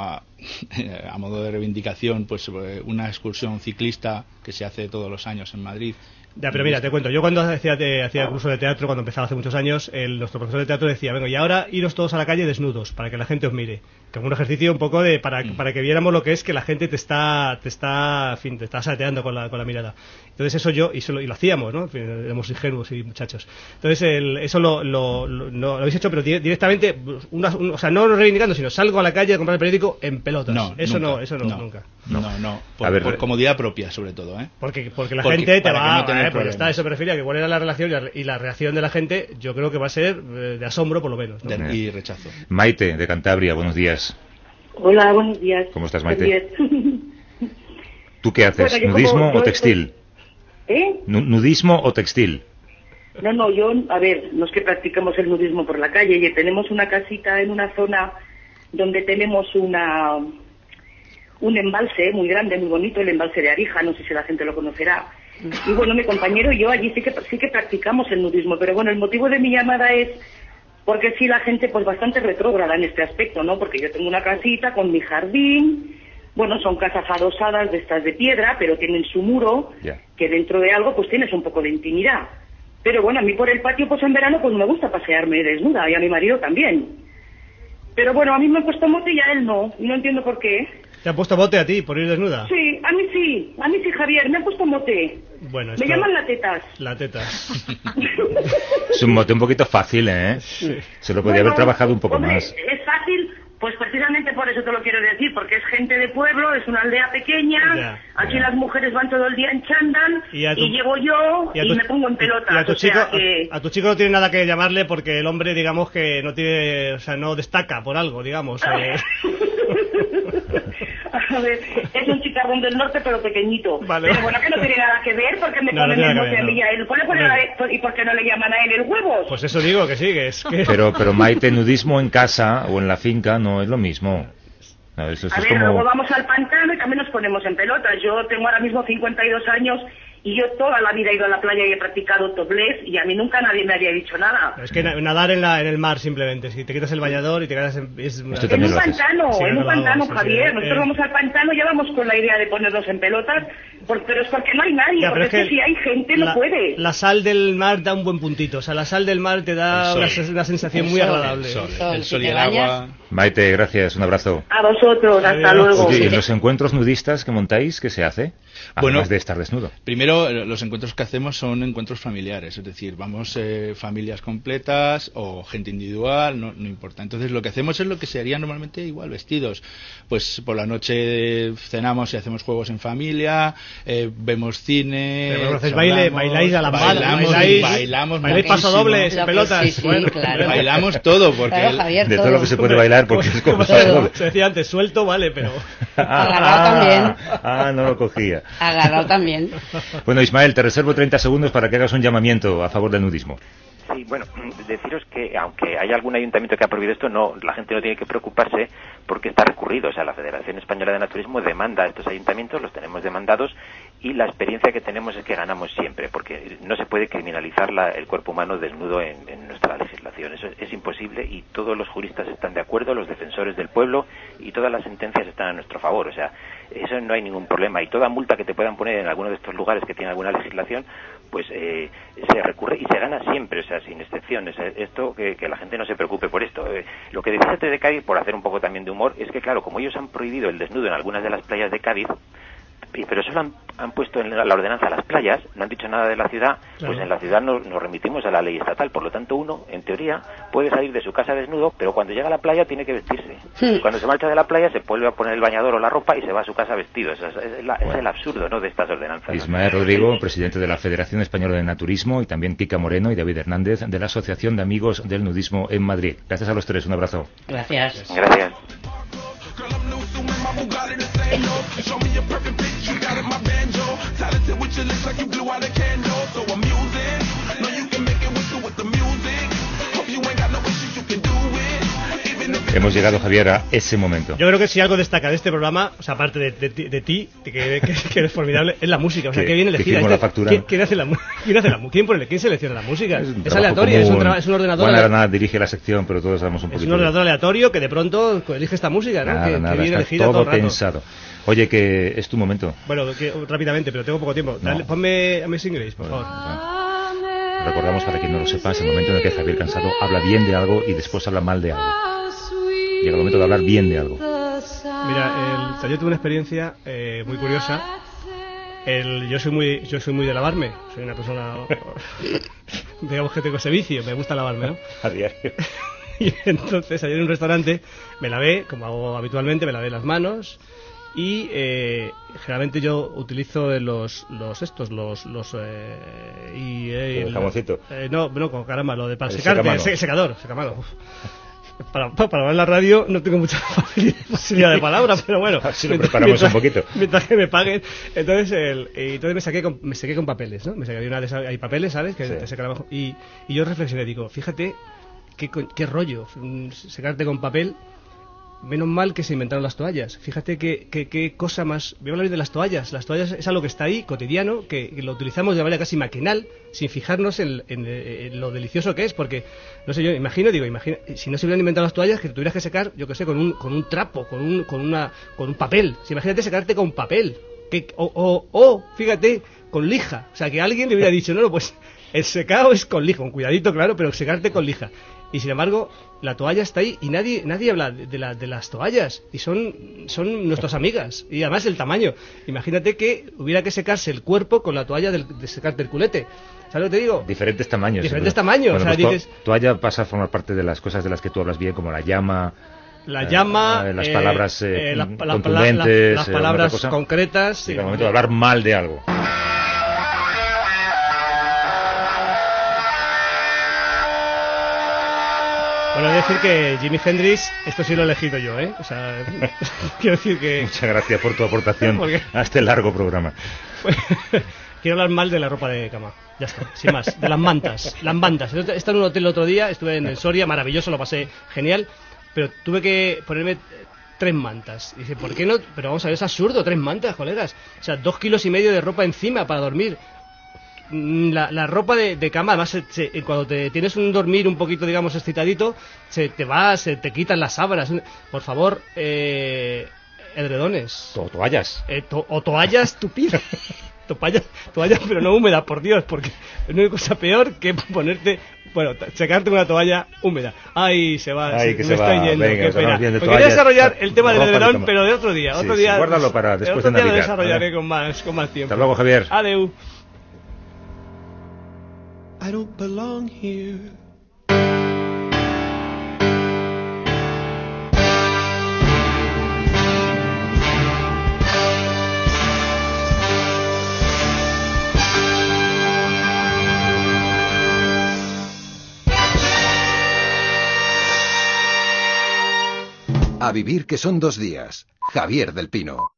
a modo de reivindicación, pues una excursión ciclista que se hace todos los años en Madrid. Ya, pero mira, te cuento, yo cuando hacía el curso de teatro, cuando empezaba hace muchos años, nuestro profesor de teatro decía, venga, y ahora iros todos a la calle desnudos, para que la gente os mire. Que es un ejercicio un poco para que viéramos lo que es que la gente te está sateando con la mirada. Entonces eso y lo hacíamos, ¿no? En fin, éramos ingenuos y muchachos. Entonces eso lo habéis hecho, pero directamente, o sea, no reivindicando, sino salgo a la calle a comprar el periódico en pelotas. Nunca. No. Por comodidad propia, sobre todo, ¿eh? Porque la gente te va porque está, eso me refería, que cuál era la relación y la reacción de la gente, yo creo que va a ser de asombro por lo menos, ¿no? Y rechazo. Maite, de Cantabria, buenos días. Hola, buenos días. ¿Cómo estás, Maite? ¿Tú qué haces? Bueno, ¿nudismo o textil? ¿Nudismo o textil? No, yo, a ver, no es que practicamos el nudismo por la calle, tenemos una casita en una zona donde tenemos un embalse muy grande, muy bonito, el embalse de Arija, no sé si la gente lo conocerá. Y bueno, mi compañero y yo allí sí que practicamos el nudismo, pero bueno, el motivo de mi llamada es porque sí la gente pues bastante retrógrada en este aspecto, ¿no? Porque yo tengo una casita con mi jardín, bueno, son casas adosadas de estas de piedra, pero tienen su muro, que dentro de algo pues tienes un poco de intimidad. Pero bueno, a mí por el patio pues en verano pues me gusta pasearme desnuda, y a mi marido también. Pero bueno, a mí me han puesto mote y a él no entiendo por qué. ¿Te han puesto mote a ti por ir desnuda? Sí, a mí sí, Javier, me han puesto mote. Bueno, me llaman la tetas. La tetas. Es un mote un poquito fácil, ¿eh? Sí. Se lo podría haber trabajado un poco más. Es fácil, pues precisamente por eso te lo quiero decir, porque es gente de pueblo, es una aldea pequeña, aquí las mujeres van todo el día en chándal, y llego yo y me pongo en pelotas. A tu chico no tiene nada que llamarle porque el hombre, digamos que no tiene, o sea, no destaca por algo, digamos. A ver, es un chicarrón del norte pero pequeñito. Vale. Pero bueno, que no tiene nada que ver porque me ponen el mote a mí y a él. ¿Y por qué no le llaman a él el huevos? Pues eso digo que sí, que es que... Pero Maite, nudismo en casa o en la finca no es lo mismo. Luego vamos al pantano y también nos ponemos en pelotas. Yo tengo ahora mismo 52 años Y yo toda la vida he ido a la playa y he practicado topless y a mí nunca nadie me había dicho nada. Es que nadar en el mar simplemente, si te quitas el bañador y te quedas en un pantano, sí, en un pantano, sí, Javier. sí, Nosotros vamos al pantano, ya vamos con la idea de ponernos en pelotas, pero es porque no hay nadie, porque es que si hay gente no puede. La sal del mar da un buen puntito, o sea, la sal del mar te da una sensación muy agradable. El sol y el agua. Maite, gracias, un abrazo. A vosotros, hasta luego. Oye, ¿y en los encuentros nudistas que montáis, qué se hace? Además de estar desnudo. Primero, los encuentros que hacemos son encuentros familiares, es decir, vamos familias completas o gente individual, no importa. Entonces lo que hacemos es lo que se haría normalmente igual, vestidos. Pues por la noche cenamos y hacemos juegos en familia, vemos cine. Pero hacéis bailáis a la bailáis pasodobles, pelotas. Sí, claro. Bailamos todo, porque claro, Javier, de todo lo que se puede bailar, porque es como se decía antes, suelto, vale, pero agarrado también. No lo cogía. Agarrado también. Bueno, Ismael, te reservo 30 segundos para que hagas un llamamiento a favor del nudismo. Sí, bueno, deciros que aunque haya algún ayuntamiento que ha prohibido esto, la gente no tiene que preocuparse porque está recurrido. O sea, la Federación Española de Naturismo demanda a estos ayuntamientos, los tenemos demandados, y la experiencia que tenemos es que ganamos siempre, porque no se puede criminalizar el cuerpo humano desnudo en nuestra legislación. Eso es imposible y todos los juristas están de acuerdo, los defensores del pueblo, y todas las sentencias están a nuestro favor. O sea, eso no hay ningún problema. Y toda multa que te puedan poner en alguno de estos lugares que tiene alguna legislación, pues se recurre y se gana siempre, o sea, sin excepciones. Esto, que la gente no se preocupe por esto. Lo que decía de Cádiz, por hacer un poco también de humor, es que claro, como ellos han prohibido el desnudo en algunas de las playas de Cádiz, pero solo han puesto en la ordenanza las playas, no han dicho nada de la ciudad, claro. Pues en la ciudad nos remitimos a la ley estatal, por lo tanto uno, en teoría, puede salir de su casa desnudo, pero cuando llega a la playa tiene que vestirse. Cuando se marcha de la playa se vuelve a poner el bañador o la ropa y se va a su casa vestido. Es el absurdo, ¿no?, de estas ordenanzas. Ismael Rodrigo, presidente de la Federación Española de Naturismo, y también Kika Moreno y David Hernández, de la Asociación de Amigos del Nudismo en Madrid. Gracias a los tres, un abrazo. Gracias. Gracias. Hemos llegado, Javier, a ese momento. Yo creo que si algo destaca de este programa, o sea, aparte de ti, que eres formidable, es la música. O sea, que bien elegida. ¿Quién hace la música? ¿Quién selecciona la música? Es aleatoria, es un ordenador. Juan Aranaz dirige la sección, pero todos damos un poquito. Es un ordenador aleatorio que de pronto elige esta música, ¿no? Nada, que bien elegida todo todo el rato. pensado. Oye, que es tu momento. Bueno, rápidamente, pero tengo poco tiempo. Dale, ponme Amazing Grace, por favor. Recordamos, para quien no lo sepa, es el momento en el que Javier Cansado habla bien de algo y después habla mal de algo. Llega el momento de hablar bien de algo. Mira, yo tuve una experiencia muy curiosa. Yo soy muy de lavarme. Soy una persona, digamos que tengo ese vicio, me gusta lavarme, ¿no? A diario. Y entonces ayer en un restaurante me lavé, como hago habitualmente, me lavé las manos. Y generalmente yo utilizo el jamoncito. No, caramba, lo de para secarte, secador. Para hablar en la radio no tengo mucha facilidad de palabras, pero bueno, así lo preparamos un poquito. Mientras que me paguen. Entonces me sequé con papeles, ¿no? Hay papeles, ¿sabes? Que te secan abajo. Y yo reflexioné, digo, fíjate qué rollo secarte con papel. Menos mal que se inventaron las toallas. Fíjate qué cosa más. Voy a hablar de las toallas. Las toallas es algo que está ahí, cotidiano, que lo utilizamos de manera casi maquinal, sin fijarnos en lo delicioso que es. Porque, no sé, yo imagino, si no se hubieran inventado las toallas, que te tuvieras que secar, yo qué sé, con un trapo, con un papel. Si imagínate secarte con papel. Fíjate, con lija. O sea, que alguien le hubiera dicho, no, pues el secado es con lija, con cuidadito, claro, pero secarte con lija. Y sin embargo, la toalla está ahí y nadie habla de las toallas. Y son nuestras amigas. Y además el tamaño. Imagínate que hubiera que secarse el cuerpo con la toalla de secarte el culete. ¿Sabes lo que te digo? Diferentes tamaños. Diferentes tamaños. Bueno, o sea, pues toalla pasa a formar parte de las cosas de las que tú hablas bien, como la llama. Las palabras contundentes. Las palabras concretas. Llega el momento de hablar mal de algo. Bueno, he de decir que Jimi Hendrix, esto sí lo he elegido yo, ¿eh? O sea, quiero decir que... Muchas gracias por tu aportación a este largo programa. Quiero hablar mal de la ropa de cama. Ya está, sin más. De las mantas. Las mantas. Estaba en un hotel el otro día, estuve en el Soria, maravilloso, lo pasé genial, pero tuve que ponerme 3 mantas. Y dice, ¿por qué no? Pero vamos a ver, es absurdo, 3 mantas, colegas. O sea, 2,5 kilos de ropa encima para dormir. La ropa de cama, además, cuando te tienes un dormir un poquito, digamos, excitadito, se te quitan las sábanas. Por favor, edredones. Toallas. O toallas tupidas. Toallas, pero no húmedas, por Dios, porque no hay cosa peor que ponerte, secarte una toalla húmeda. Ay, se va, me estoy yendo, venga, qué pena. Porque quería desarrollar el tema del edredón, pero de otro día. Sí, Otro día guárdalo para después de Navidad. Lo desarrollaré con más tiempo. Hasta luego, Javier. Adeu. I don't belong here. A vivir que son 2 días. Javier del Pino.